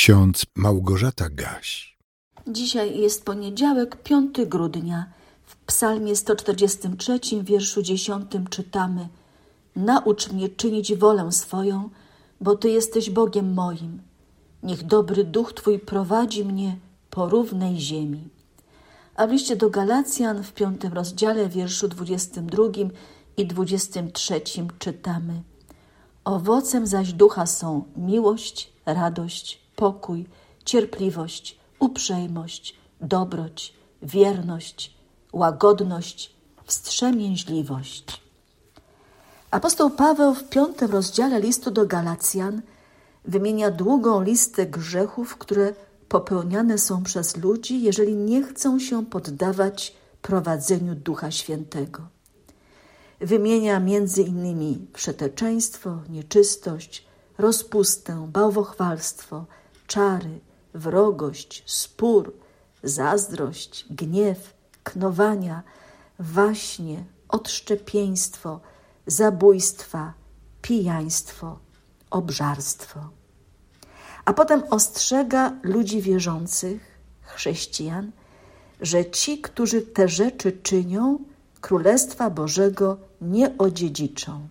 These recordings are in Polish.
Ksiądz Małgorzata Gaś. Dzisiaj jest poniedziałek, 5 grudnia. W psalmie 143, wierszu 10 czytamy: Naucz mnie czynić wolę swoją, bo Ty jesteś Bogiem moim. Niech dobry duch Twój prowadzi mnie po równej ziemi. A w liście do Galacjan w 5 rozdziale, wierszu 22 i 23 czytamy: Owocem zaś ducha są miłość, radość, pokój, cierpliwość, uprzejmość, dobroć, wierność, łagodność, wstrzemięźliwość. Apostoł Paweł w 5 rozdziale listu do Galacjan wymienia długą listę grzechów, które popełniane są przez ludzi, jeżeli nie chcą się poddawać prowadzeniu Ducha Świętego. Wymienia między innymi wszeteczeństwo, nieczystość, rozpustę, bałwochwalstwo, czary, wrogość, spór, zazdrość, gniew, knowania, waśnie, odszczepieństwo, zabójstwa, pijaństwo, obżarstwo. A potem ostrzega ludzi wierzących, chrześcijan, że ci, którzy te rzeczy czynią, Królestwa Bożego nie odziedziczą.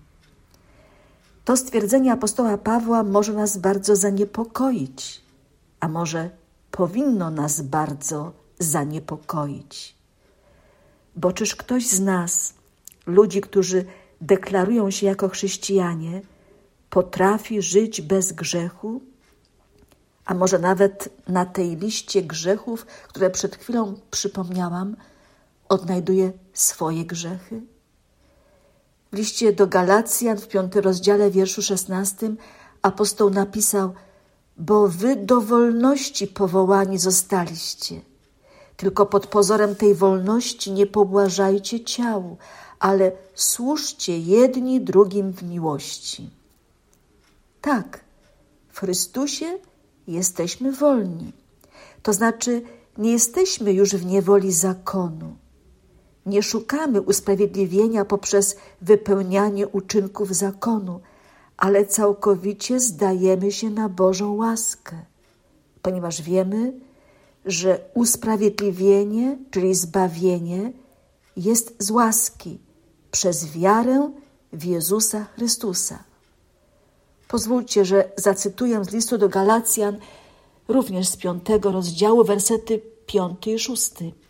To stwierdzenie apostoła Pawła może nas bardzo zaniepokoić, a może powinno nas bardzo zaniepokoić. Bo czyż ktoś z nas, ludzi, którzy deklarują się jako chrześcijanie, potrafi żyć bez grzechu? A może nawet na tej liście grzechów, które przed chwilą przypomniałam, odnajduje swoje grzechy? W liście do Galacjan w 5 rozdziale, wierszu 16 apostoł napisał: Bo wy do wolności powołani zostaliście, tylko pod pozorem tej wolności nie pobłażajcie ciału, ale służcie jedni drugim w miłości. Tak, w Chrystusie jesteśmy wolni. To znaczy, nie jesteśmy już w niewoli zakonu. Nie szukamy usprawiedliwienia poprzez wypełnianie uczynków zakonu, ale całkowicie zdajemy się na Bożą łaskę, ponieważ wiemy, że usprawiedliwienie, czyli zbawienie, jest z łaski przez wiarę w Jezusa Chrystusa. Pozwólcie, że zacytuję z listu do Galacjan, również z 5 rozdziału, wersety 5 i 6.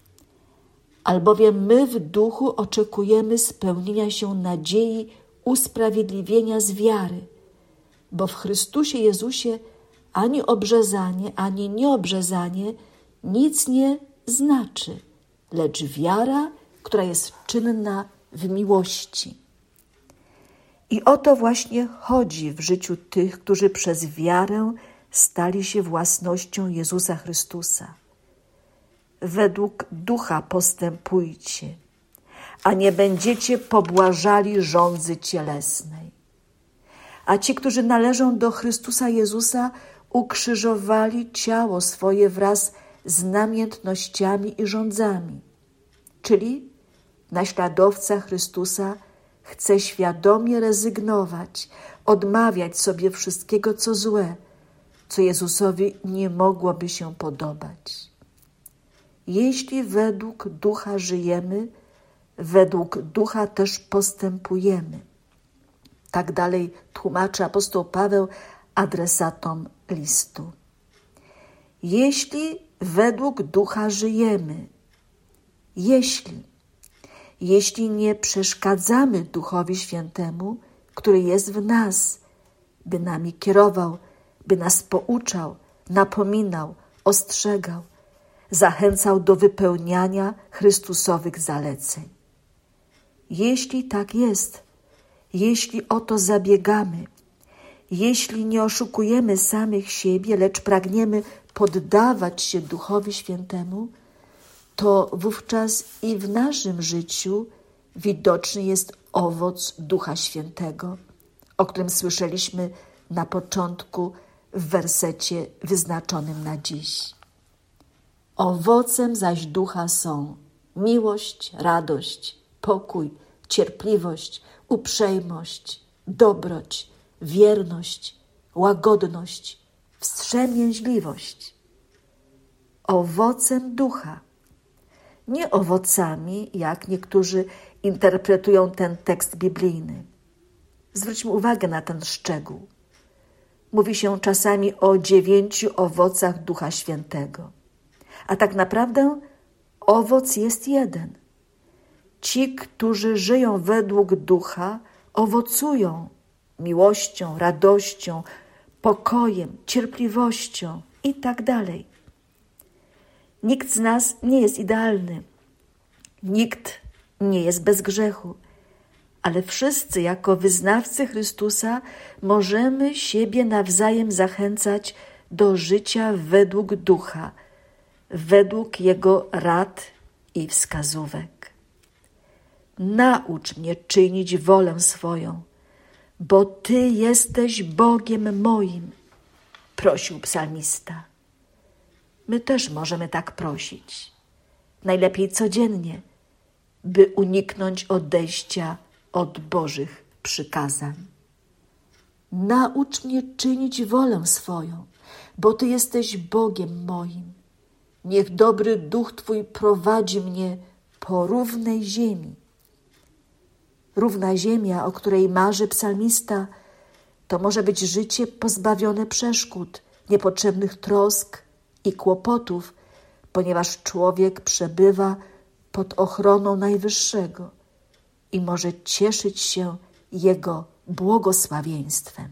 Albowiem my w duchu oczekujemy spełnienia się nadziei usprawiedliwienia z wiary, bo w Chrystusie Jezusie ani obrzezanie, ani nieobrzezanie nic nie znaczy, lecz wiara, która jest czynna w miłości. I o to właśnie chodzi w życiu tych, którzy przez wiarę stali się własnością Jezusa Chrystusa. Według ducha postępujcie, a nie będziecie pobłażali żądzy cielesnej. A ci, którzy należą do Chrystusa Jezusa, ukrzyżowali ciało swoje wraz z namiętnościami i żądzami. Czyli naśladowca Chrystusa chce świadomie rezygnować, odmawiać sobie wszystkiego, co złe, co Jezusowi nie mogłoby się podobać. Jeśli według ducha żyjemy, według ducha też postępujemy. Tak dalej tłumaczy apostoł Paweł adresatom listu. Jeśli według ducha żyjemy, jeśli nie przeszkadzamy Duchowi Świętemu, który jest w nas, by nami kierował, by nas pouczał, napominał, ostrzegał, zachęcał do wypełniania Chrystusowych zaleceń. Jeśli tak jest, jeśli o to zabiegamy, jeśli nie oszukujemy samych siebie, lecz pragniemy poddawać się Duchowi Świętemu, to wówczas i w naszym życiu widoczny jest owoc Ducha Świętego, o którym słyszeliśmy na początku w wersecie wyznaczonym na dziś. Owocem zaś ducha są miłość, radość, pokój, cierpliwość, uprzejmość, dobroć, wierność, łagodność, wstrzemięźliwość. Owocem ducha. Nie owocami, jak niektórzy interpretują ten tekst biblijny. Zwróćmy uwagę na ten szczegół. Mówi się czasami o 9 owocach Ducha Świętego. A tak naprawdę owoc jest jeden. Ci, którzy żyją według Ducha, owocują miłością, radością, pokojem, cierpliwością i tak dalej. Nikt z nas nie jest idealny. Nikt nie jest bez grzechu. Ale wszyscy jako wyznawcy Chrystusa możemy siebie nawzajem zachęcać do życia według Ducha, według Jego rad i wskazówek. Naucz mnie czynić wolę swoją, bo Ty jesteś Bogiem moim, prosił psalmista. My też możemy tak prosić, najlepiej codziennie, by uniknąć odejścia od Bożych przykazań. Naucz mnie czynić wolę swoją, bo Ty jesteś Bogiem moim. Niech dobry duch Twój prowadzi mnie po równej ziemi. Równa ziemia, o której marzy psalmista, to może być życie pozbawione przeszkód, niepotrzebnych trosk i kłopotów, ponieważ człowiek przebywa pod ochroną Najwyższego i może cieszyć się Jego błogosławieństwem.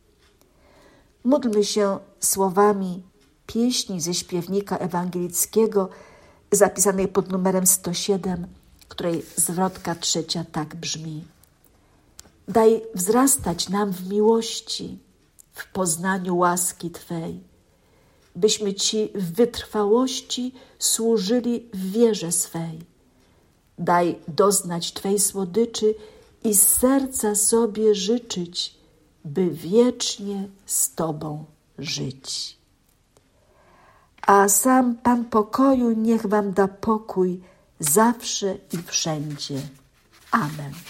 Módlmy się słowami pieśni ze śpiewnika ewangelickiego zapisanej pod numerem 107, której zwrotka 3 tak brzmi. Daj wzrastać nam w miłości, w poznaniu łaski Twej, byśmy Ci w wytrwałości służyli w wierze swej. Daj doznać Twej słodyczy i z serca sobie życzyć, by wiecznie z Tobą żyć. A sam Pan pokoju niech Wam da pokój zawsze i wszędzie. Amen.